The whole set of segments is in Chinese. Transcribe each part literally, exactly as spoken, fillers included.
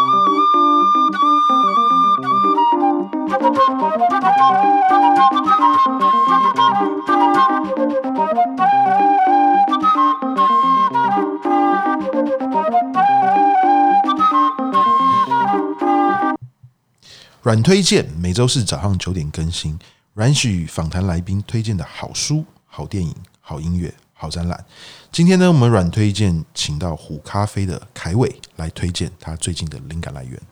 软推荐每周四早上九点更新，阮许访谈来宾推荐的好书、好电影、好音乐、好展览。今天呢，我们软推荐请到虎咖啡的凯伟来推荐他最近的灵感来源。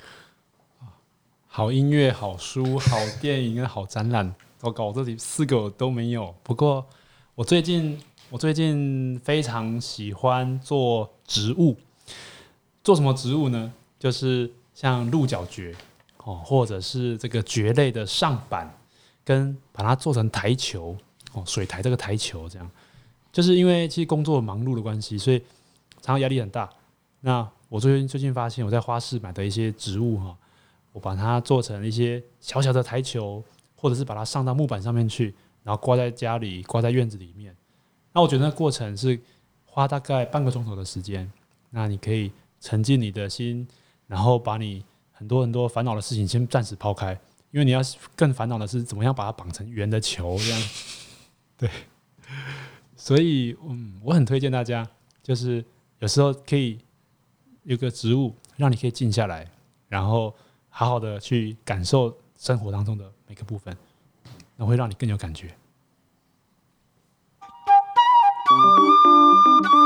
好音乐、好书、好电影跟好展览，糟糕，我这里四个我都没有。不过我最近我最近非常喜欢做植物，做什么植物呢？就是像鹿角蕨。哦，或者是这个蕨类的上板，跟把它做成台球，哦，水台这个台球这样，就是因为其实工作忙碌的关系，所以常常压力很大。那我最近最近发现，我在花市买的一些植物哈，我把它做成一些小小的台球，或者是把它上到木板上面去，然后挂在家里，挂在院子里面。那我觉得那过程是花大概半个钟头的时间，那你可以沉浸你的心，然后把你很多很多烦恼的事情先暂时抛开，因为你要更烦恼的是怎么样把它绑成圆的球这样。对，所以嗯，我很推荐大家，就是有时候可以有个植物让你可以静下来，然后好好的去感受生活当中的每个部分，那会让你更有感觉。